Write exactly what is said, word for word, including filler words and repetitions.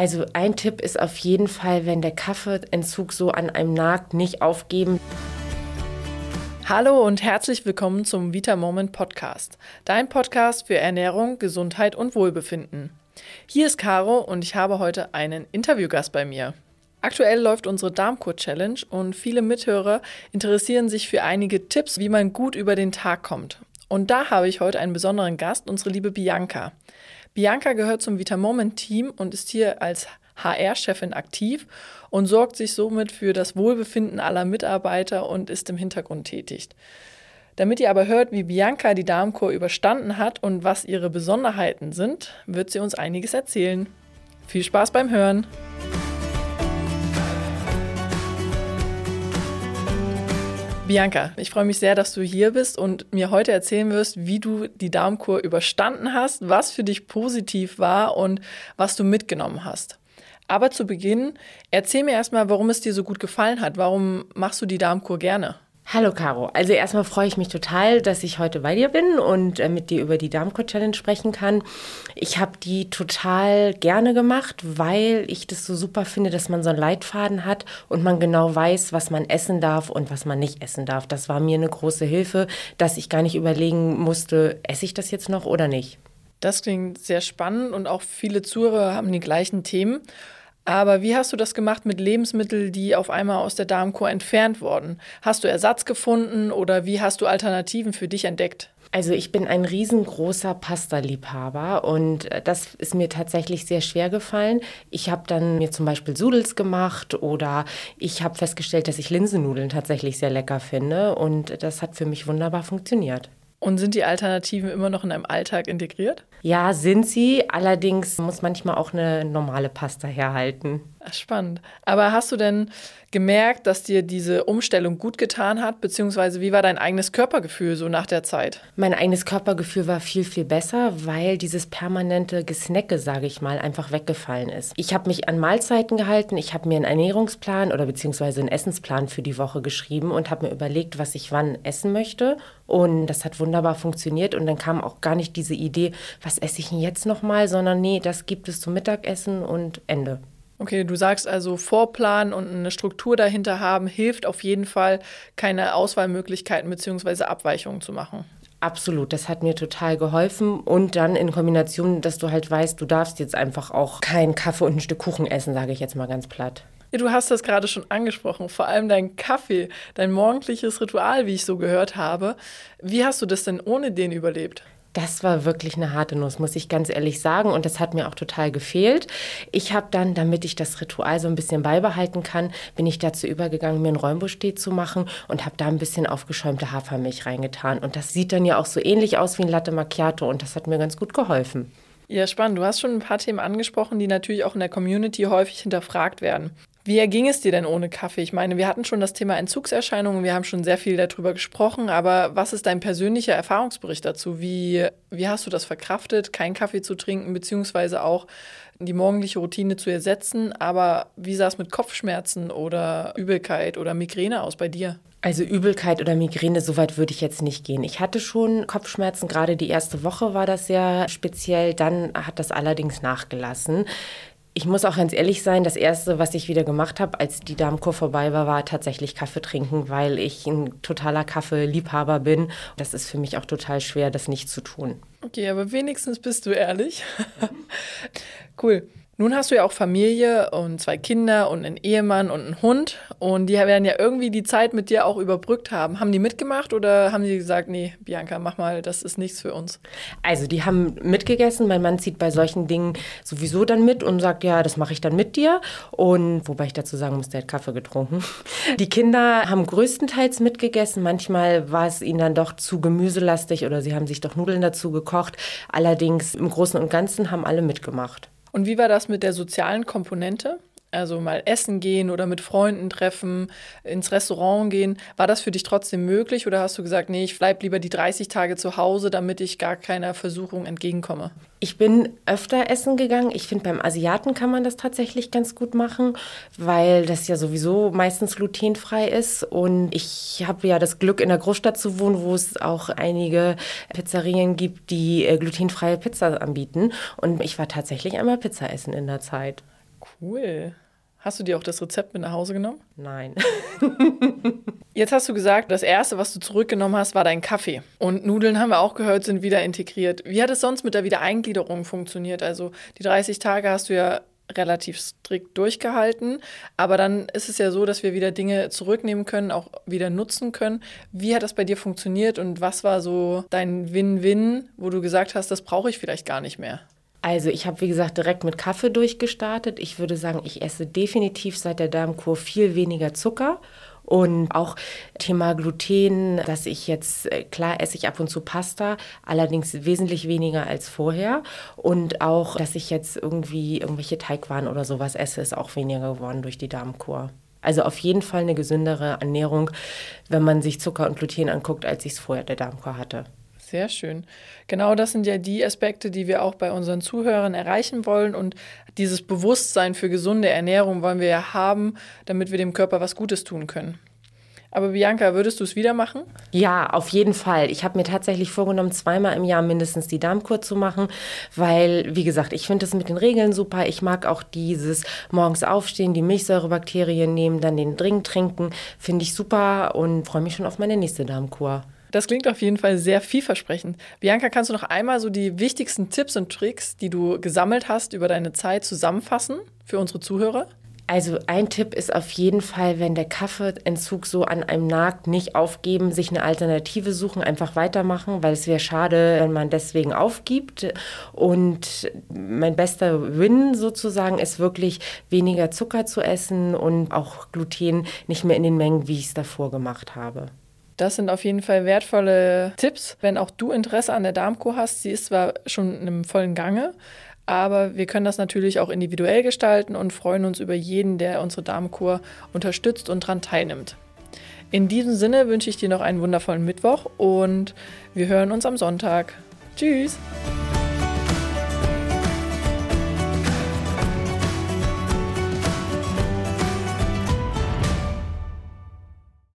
Also ein Tipp ist auf jeden Fall, wenn der Kaffeeentzug so an einem nagt, nicht aufgeben. Hallo und herzlich willkommen zum Vita Moment Podcast, dein Podcast für Ernährung, Gesundheit und Wohlbefinden. Hier ist Caro und ich habe heute einen Interviewgast bei mir. Aktuell läuft unsere Darmkur-Challenge und viele Mithörer interessieren sich für einige Tipps, wie man gut über den Tag kommt. Und da habe ich heute einen besonderen Gast, unsere liebe Bianca. Bianca gehört zum Vita Moment Team und ist hier als H R-Chefin aktiv und sorgt sich somit für das Wohlbefinden aller Mitarbeiter und ist im Hintergrund tätig. Damit ihr aber hört, wie Bianca die Darmkur überstanden hat und was ihre Besonderheiten sind, wird sie uns einiges erzählen. Viel Spaß beim Hören! Bianca, ich freue mich sehr, dass du hier bist und mir heute erzählen wirst, wie du die Darmkur überstanden hast, was für dich positiv war und was du mitgenommen hast. Aber zu Beginn, erzähl mir erstmal, warum es dir so gut gefallen hat. Warum machst du die Darmkur gerne? Hallo Caro, also erstmal freue ich mich total, dass ich heute bei dir bin und äh, mit dir über die Darmkur-Challenge sprechen kann. Ich habe die total gerne gemacht, weil ich das so super finde, dass man so einen Leitfaden hat und man genau weiß, was man essen darf und was man nicht essen darf. Das war mir eine große Hilfe, dass ich gar nicht überlegen musste, esse ich das jetzt noch oder nicht. Das klingt sehr spannend und auch viele Zuhörer haben die gleichen Themen. Aber wie hast du das gemacht mit Lebensmitteln, die auf einmal aus der Darmkur entfernt wurden? Hast du Ersatz gefunden oder wie hast du Alternativen für dich entdeckt? Also ich bin ein riesengroßer Pasta-Liebhaber und das ist mir tatsächlich sehr schwer gefallen. Ich habe dann mir zum Beispiel Sudels gemacht oder ich habe festgestellt, dass ich Linsennudeln tatsächlich sehr lecker finde und das hat für mich wunderbar funktioniert. Und sind die Alternativen immer noch in deinem Alltag integriert? Ja, sind sie. Allerdings muss manchmal auch eine normale Pasta herhalten. Ach, spannend. Aber hast du denn gemerkt, dass dir diese Umstellung gut getan hat? Beziehungsweise wie war dein eigenes Körpergefühl so nach der Zeit? Mein eigenes Körpergefühl war viel, viel besser, weil dieses permanente Gesnacke, sage ich mal, einfach weggefallen ist. Ich habe mich an Mahlzeiten gehalten. Ich habe mir einen Ernährungsplan oder beziehungsweise einen Essensplan für die Woche geschrieben und habe mir überlegt, was ich wann essen möchte. Und das hat wunderbar funktioniert. Und dann kam auch gar nicht diese Idee, was esse ich denn jetzt nochmal, sondern nee, das gibt es zum Mittagessen und Ende. Okay, du sagst also, Vorplan und eine Struktur dahinter haben, hilft auf jeden Fall, keine Auswahlmöglichkeiten bzw. Abweichungen zu machen. Absolut, das hat mir total geholfen und dann in Kombination, dass du halt weißt, du darfst jetzt einfach auch keinen Kaffee und ein Stück Kuchen essen, sage ich jetzt mal ganz platt. Ja, du hast das gerade schon angesprochen, vor allem dein Kaffee, dein morgendliches Ritual, wie ich so gehört habe. Wie hast du das denn ohne den überlebt? Das war wirklich eine harte Nuss, muss ich ganz ehrlich sagen. Und das hat mir auch total gefehlt. Ich habe dann, damit ich das Ritual so ein bisschen beibehalten kann, bin ich dazu übergegangen, mir einen Räumbuschtee zu machen und habe da ein bisschen aufgeschäumte Hafermilch reingetan. Und das sieht dann ja auch so ähnlich aus wie ein Latte Macchiato und das hat mir ganz gut geholfen. Ja, spannend. Du hast schon ein paar Themen angesprochen, die natürlich auch in der Community häufig hinterfragt werden. Wie erging es dir denn ohne Kaffee? Ich meine, wir hatten schon das Thema Entzugserscheinungen, wir haben schon sehr viel darüber gesprochen, aber was ist dein persönlicher Erfahrungsbericht dazu? Wie, wie hast du das verkraftet, keinen Kaffee zu trinken, beziehungsweise auch die morgendliche Routine zu ersetzen? Aber wie sah es mit Kopfschmerzen oder Übelkeit oder Migräne aus bei dir? Also Übelkeit oder Migräne, so weit würde ich jetzt nicht gehen. Ich hatte schon Kopfschmerzen, gerade die erste Woche war das sehr speziell, dann hat das allerdings nachgelassen. Ich muss auch ganz ehrlich sein, das Erste, was ich wieder gemacht habe, als die Darmkur vorbei war, war tatsächlich Kaffee trinken, weil ich ein totaler Kaffeeliebhaber bin. Das ist für mich auch total schwer, das nicht zu tun. Okay, aber wenigstens bist du ehrlich. Cool. Nun hast du ja auch Familie und zwei Kinder und einen Ehemann und einen Hund und die werden ja irgendwie die Zeit mit dir auch überbrückt haben. Haben die mitgemacht oder haben die gesagt, nee, Bianca, mach mal, das ist nichts für uns? Also die haben mitgegessen. Mein Mann zieht bei solchen Dingen sowieso dann mit und sagt, ja, das mache ich dann mit dir. Und wobei ich dazu sagen muss, der hat Kaffee getrunken. Die Kinder haben größtenteils mitgegessen. Manchmal war es ihnen dann doch zu gemüselastig oder sie haben sich doch Nudeln dazu gekocht. Allerdings im Großen und Ganzen haben alle mitgemacht. Und wie war das mit der sozialen Komponente? Also mal essen gehen oder mit Freunden treffen, ins Restaurant gehen. War das für dich trotzdem möglich oder hast du gesagt, nee, ich bleib lieber die dreißig Tage zu Hause, damit ich gar keiner Versuchung entgegenkomme? Ich bin öfter essen gegangen. Ich finde, beim Asiaten kann man das tatsächlich ganz gut machen, weil das ja sowieso meistens glutenfrei ist. Und ich habe ja das Glück, in der Großstadt zu wohnen, wo es auch einige Pizzerien gibt, die glutenfreie Pizza anbieten. Und ich war tatsächlich einmal Pizza essen in der Zeit. Cool. Hast du dir auch das Rezept mit nach Hause genommen? Nein. Jetzt hast du gesagt, das Erste, was du zurückgenommen hast, war dein Kaffee. Und Nudeln, haben wir auch gehört, sind wieder integriert. Wie hat es sonst mit der Wiedereingliederung funktioniert? Also die dreißig Tage hast du ja relativ strikt durchgehalten. Aber dann ist es ja so, dass wir wieder Dinge zurücknehmen können, auch wieder nutzen können. Wie hat das bei dir funktioniert und was war so dein Win-Win, wo du gesagt hast, das brauche ich vielleicht gar nicht mehr? Also ich habe, wie gesagt, direkt mit Kaffee durchgestartet. Ich würde sagen, ich esse definitiv seit der Darmkur viel weniger Zucker. Und auch Thema Gluten, dass ich jetzt, klar esse ich ab und zu Pasta, allerdings wesentlich weniger als vorher. Und auch, dass ich jetzt irgendwie irgendwelche Teigwaren oder sowas esse, ist auch weniger geworden durch die Darmkur. Also auf jeden Fall eine gesündere Ernährung, wenn man sich Zucker und Gluten anguckt, als ich es vorher der Darmkur hatte. Sehr schön. Genau das sind ja die Aspekte, die wir auch bei unseren Zuhörern erreichen wollen. Und dieses Bewusstsein für gesunde Ernährung wollen wir ja haben, damit wir dem Körper was Gutes tun können. Aber Bianca, würdest du es wieder machen? Ja, auf jeden Fall. Ich habe mir tatsächlich vorgenommen, zweimal im Jahr mindestens die Darmkur zu machen, weil, wie gesagt, ich finde das mit den Regeln super. Ich mag auch dieses morgens aufstehen, die Milchsäurebakterien nehmen, dann den Drink trinken, finde ich super und freue mich schon auf meine nächste Darmkur. Das klingt auf jeden Fall sehr vielversprechend. Bianca, kannst du noch einmal so die wichtigsten Tipps und Tricks, die du gesammelt hast über deine Zeit, zusammenfassen für unsere Zuhörer? Also ein Tipp ist auf jeden Fall, wenn der Kaffeeentzug so an einem nagt, nicht aufgeben, sich eine Alternative suchen, einfach weitermachen, weil es wäre schade, wenn man deswegen aufgibt. Und mein bester Win sozusagen ist wirklich weniger Zucker zu essen und auch Gluten nicht mehr in den Mengen, wie ich es davor gemacht habe. Das sind auf jeden Fall wertvolle Tipps. Wenn auch du Interesse an der Darmkur hast, sie ist zwar schon im vollen Gange, aber wir können das natürlich auch individuell gestalten und freuen uns über jeden, der unsere Darmkur unterstützt und daran teilnimmt. In diesem Sinne wünsche ich dir noch einen wundervollen Mittwoch und wir hören uns am Sonntag. Tschüss!